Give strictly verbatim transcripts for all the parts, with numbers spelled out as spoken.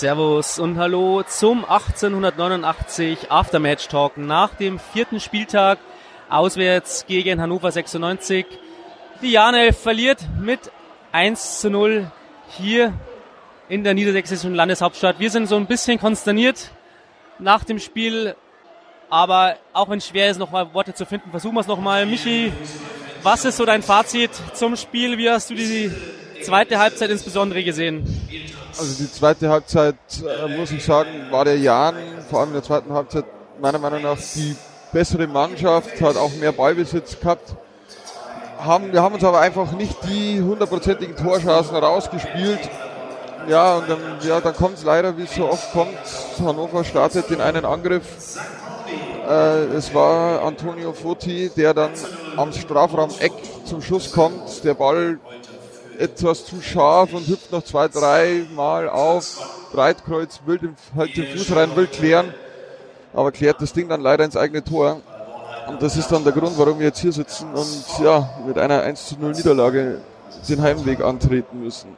Servus und Hallo zum achtzehnhundertneunundachtzig Aftermatch Talk nach dem vierten Spieltag auswärts gegen Hannover sechsundneunzig. Die Jahn-Elf verliert mit eins zu null hier in der niedersächsischen Landeshauptstadt. Wir sind so ein bisschen konsterniert nach dem Spiel, aber auch wenn es schwer ist, noch mal Worte zu finden, versuchen wir es nochmal. Michi, was ist so dein Fazit zum Spiel? Wie hast du die zweite Halbzeit insbesondere gesehen? Also die zweite Halbzeit, äh, muss ich sagen, war der Jahn, vor allem in der zweiten Halbzeit, meiner Meinung nach die bessere Mannschaft, hat auch mehr Ballbesitz gehabt. Haben, wir haben uns aber einfach nicht die hundertprozentigen Torchancen rausgespielt. Ja, und dann, ja, dann kommt es leider, wie es so oft kommt. Hannover startet den einen Angriff. Äh, es war Antonio Foti, der dann am Strafraum-Eck zum Schuss kommt. Der Ball etwas zu scharf und hüpft noch zwei, drei Mal auf. Breitkreuz will den, halt den Fuß rein, will klären, aber klärt das Ding dann leider ins eigene Tor. Und das ist dann der Grund, warum wir jetzt hier sitzen und ja, mit einer eins zu null Niederlage den Heimweg antreten müssen.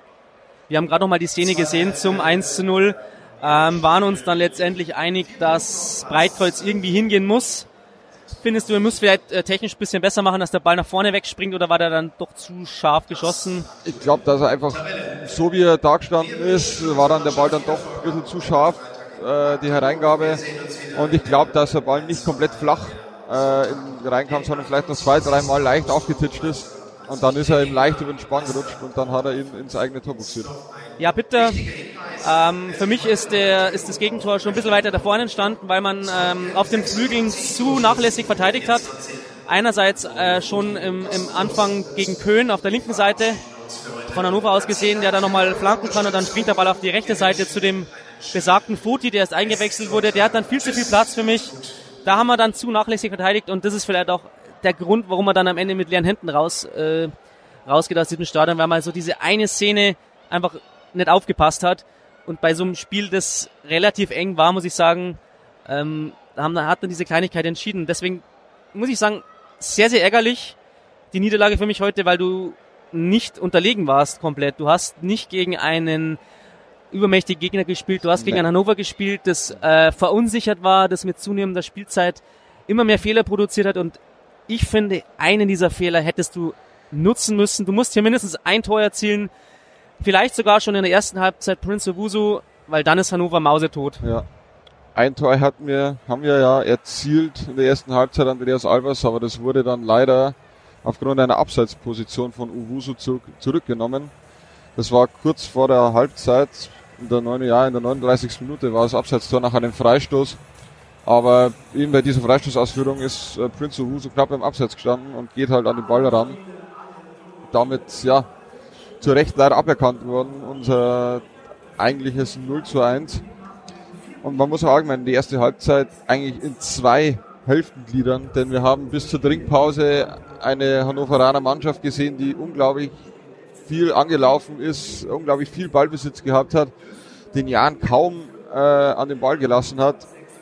Wir haben gerade noch mal die Szene gesehen zum eins zu null, ähm, waren uns dann letztendlich einig, dass Breitkreuz irgendwie hingehen muss. Findest du, er muss vielleicht äh, technisch ein bisschen besser machen, dass der Ball nach vorne wegspringt, oder war der dann doch zu scharf geschossen? Ich glaube, dass er einfach, so wie er da gestanden ist, war dann der Ball dann doch ein bisschen zu scharf, äh, die Hereingabe. Und ich glaube, dass der Ball nicht komplett flach äh, in, reinkam, sondern vielleicht noch zwei, dreimal leicht aufgetitscht ist. Und dann ist er eben leicht über den Spann gerutscht und dann hat er ihn ins eigene Tor buxiert. Ja, bitte. Ähm, für mich ist, der, ist das Gegentor schon ein bisschen weiter da vorne entstanden, weil man ähm, auf den Flügeln zu nachlässig verteidigt hat. Einerseits äh, schon im, im Anfang gegen Köhn auf der linken Seite von Hannover aus gesehen, der da nochmal flanken kann, und dann springt der Ball auf die rechte Seite zu dem besagten Foti, der erst eingewechselt wurde. Der hat dann viel zu viel Platz für mich. Da haben wir dann zu nachlässig verteidigt, und das ist vielleicht auch der Grund, warum man dann am Ende mit leeren Händen raus, äh, rausgeht aus diesem Stadion, weil man so diese eine Szene einfach nicht aufgepasst hat. Und bei so einem Spiel, das relativ eng war, muss ich sagen, ähm, haben, hat dann diese Kleinigkeit entschieden. Deswegen muss ich sagen, sehr, sehr ärgerlich die Niederlage für mich heute, weil du nicht unterlegen warst komplett. Du hast nicht gegen einen übermächtigen Gegner gespielt, du hast gegen ein Hannover gespielt, das äh, verunsichert war, das mit zunehmender Spielzeit immer mehr Fehler produziert hat, und ich finde, einen dieser Fehler hättest du nutzen müssen. Du musst hier mindestens ein Tor erzielen, vielleicht sogar schon in der ersten Halbzeit Prince Owusu, weil dann ist Hannover mausetot. Ja, ein Tor hatten wir, haben wir ja erzielt in der ersten Halbzeit, Andreas Albers, aber das wurde dann leider aufgrund einer Abseitsposition von Owusu zurück, zurückgenommen. Das war kurz vor der Halbzeit, in der, neun, ja, in der neununddreißigsten Minute war das Abseitstor nach einem Freistoß. Aber eben bei dieser Freistoßausführung ist äh, Prince Owusu knapp im Abseits gestanden und geht halt an den Ball ran. Damit, ja, zu Recht leider aberkannt worden, unser eigentliches null zu eins. Und man muss auch sagen, die erste Halbzeit eigentlich in zwei Hälften gliedern, denn wir haben bis zur Trinkpause eine Hannoveraner Mannschaft gesehen, die unglaublich viel angelaufen ist, unglaublich viel Ballbesitz gehabt hat, den Jahn kaum äh, an den Ball gelassen hat.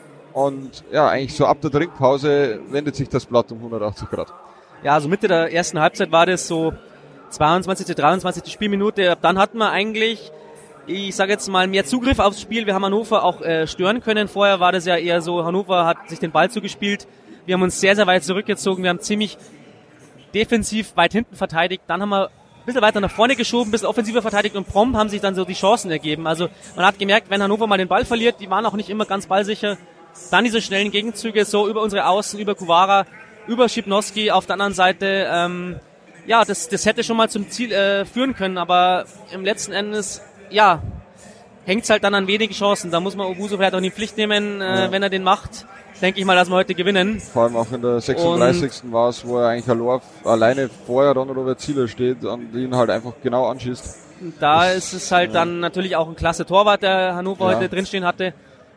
Und ja, eigentlich so ab der Trinkpause wendet sich das Blatt um hundertachtzig Grad. Ja, also Mitte der ersten Halbzeit war das so zweiundzwanzigste, dreiundzwanzigste Spielminute. Dann hatten wir eigentlich, ich sage jetzt mal, mehr Zugriff aufs Spiel. Wir haben Hannover auch äh, stören können. Vorher war das ja eher so, Hannover hat sich den Ball zugespielt. Wir haben uns sehr, sehr weit zurückgezogen. Wir haben ziemlich defensiv weit hinten verteidigt. Dann haben wir ein bisschen weiter nach vorne geschoben, ein bisschen offensiver verteidigt, und prompt haben sich dann so die Chancen ergeben. Also man hat gemerkt, wenn Hannover mal den Ball verliert, die waren auch nicht immer ganz ballsicher. Dann diese schnellen Gegenzüge, so über unsere Außen, über Kuvara, über Schipnowski auf der anderen Seite. Ähm, ja, das, das hätte schon mal zum Ziel äh, führen können, aber im letzten Endes, ja, hängt es halt dann an wenigen Chancen. Da muss man Owusu vielleicht auch in die Pflicht nehmen, äh, ja. Wenn er den macht. Denke ich mal, dass wir heute gewinnen. Vor allem auch in der sechsunddreißigsten war es, wo er eigentlich allein, alleine vorher Ron Robert Zieler steht und ihn halt einfach genau anschießt. Da das, ist es halt ja. Dann natürlich auch ein klasse Torwart, der Hannover ja. heute drinstehen hatte.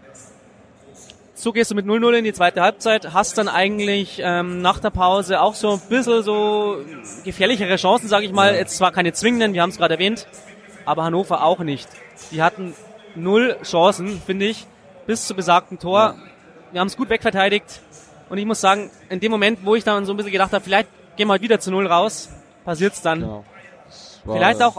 So gehst du mit null null in die zweite Halbzeit, hast dann eigentlich ähm, nach der Pause auch so ein bisschen so gefährlichere Chancen, sage ich mal. Ja. Jetzt zwar keine zwingenden, wir haben es gerade erwähnt, aber Hannover auch nicht. Die hatten null Chancen, finde ich, bis zum besagten Tor. Ja. Wir haben es gut wegverteidigt, und ich muss sagen, in dem Moment, wo ich dann so ein bisschen gedacht habe, vielleicht gehen wir halt wieder zu null raus, passiert's dann. Genau. Vielleicht auch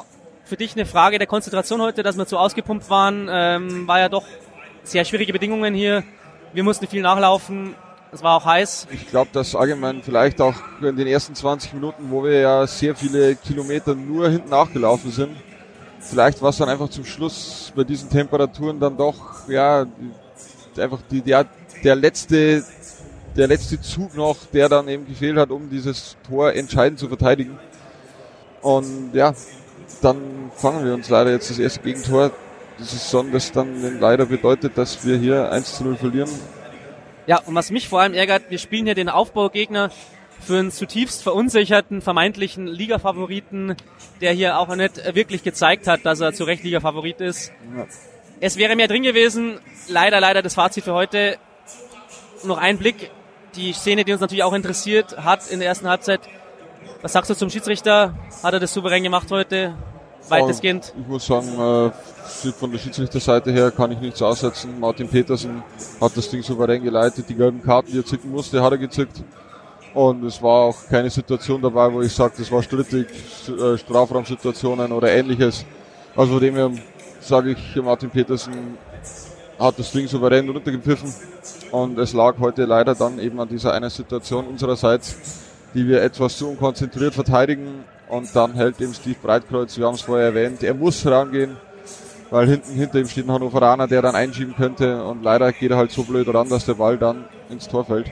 für dich eine Frage der Konzentration heute, dass wir zu ausgepumpt waren? Ähm, war ja doch sehr schwierige Bedingungen hier. Wir mussten viel nachlaufen. Es war auch heiß. Ich glaube, dass allgemein vielleicht auch in den ersten zwanzig Minuten, wo wir ja sehr viele Kilometer nur hinten nachgelaufen sind, vielleicht war es dann einfach zum Schluss bei diesen Temperaturen dann doch, ja, einfach die, der, der letzte, der letzte Zug noch, der dann eben gefehlt hat, um dieses Tor entscheidend zu verteidigen. Und ja, dann fangen wir uns leider jetzt das erste Gegentor. Das ist so, das dann leider bedeutet, dass wir hier eins zu null verlieren. Ja, und was mich vor allem ärgert, wir spielen hier den Aufbaugegner für einen zutiefst verunsicherten, vermeintlichen Liga-Favoriten, der hier auch nicht wirklich gezeigt hat, dass er zu Recht Liga-Favorit ist. Ja. Es wäre mehr drin gewesen. Leider, leider das Fazit für heute. Noch ein Blick. Die Szene, die uns natürlich auch interessiert hat in der ersten Halbzeit. Was sagst du zum Schiedsrichter? Hat er das souverän gemacht heute? Weitestgehend? Ich muss sagen, von der Schiedsrichterseite her kann ich nichts aussetzen. Martin Petersen hat das Ding souverän geleitet. Die gelben Karten, die er zücken musste, hat er gezückt. Und es war auch keine Situation dabei, wo ich sage, das war strittig, Strafraumsituationen oder ähnliches. Also von dem her sage ich, Martin Petersen hat das Ding souverän runtergepfiffen. Und es lag heute leider dann eben an dieser einen Situation unsererseits, die wir etwas zu unkonzentriert verteidigen. Und dann hält eben Steve Breitkreuz, wir haben es vorher erwähnt, er muss rangehen, weil hinten hinter ihm steht ein Hannoveraner, der dann einschieben könnte. Und leider geht er halt so blöd ran, dass der Ball dann ins Tor fällt.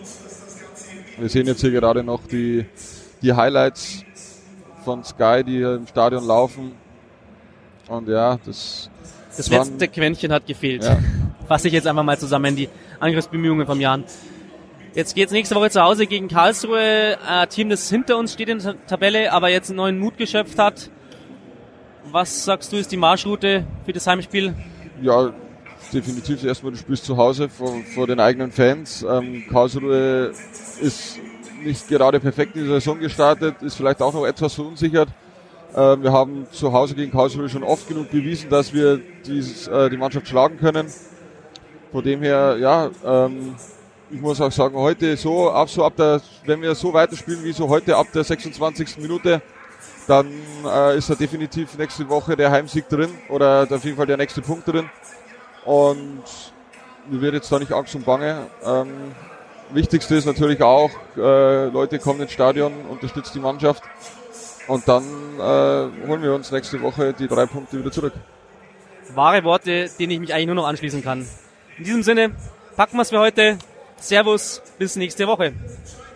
Wir sehen jetzt hier gerade noch die, die Highlights von Sky, die hier im Stadion laufen. Und ja, das... Das letzte waren, Quäntchen hat gefehlt. Ja. Fasse ich jetzt einfach mal zusammen, die Angriffsbemühungen vom Jan. Jetzt geht's nächste Woche zu Hause gegen Karlsruhe. Ein Team, das hinter uns steht in der Tabelle, aber jetzt einen neuen Mut geschöpft hat. Was sagst du, ist die Marschroute für das Heimspiel? Ja, definitiv erstmal, du spielst zu Hause vor, vor den eigenen Fans. Ähm, Karlsruhe ist nicht gerade perfekt in die Saison gestartet, ist vielleicht auch noch etwas verunsichert. Ähm, wir haben zu Hause gegen Karlsruhe schon oft genug bewiesen, dass wir dieses, äh, die Mannschaft schlagen können. Von dem her, ja, ähm, ich muss auch sagen, heute so ab, so ab der, wenn wir so weiterspielen wie so heute ab der sechsundzwanzigsten Minute, dann äh, ist da definitiv nächste Woche der Heimsieg drin oder auf jeden Fall der nächste Punkt drin. Und mir wird jetzt da nicht Angst und Bange. Ähm, Wichtigste ist natürlich auch, äh, Leute kommen ins Stadion, unterstützt die Mannschaft und dann äh, holen wir uns nächste Woche die drei Punkte wieder zurück. Wahre Worte, denen ich mich eigentlich nur noch anschließen kann. In diesem Sinne, packen wir es für heute. Servus, bis nächste Woche.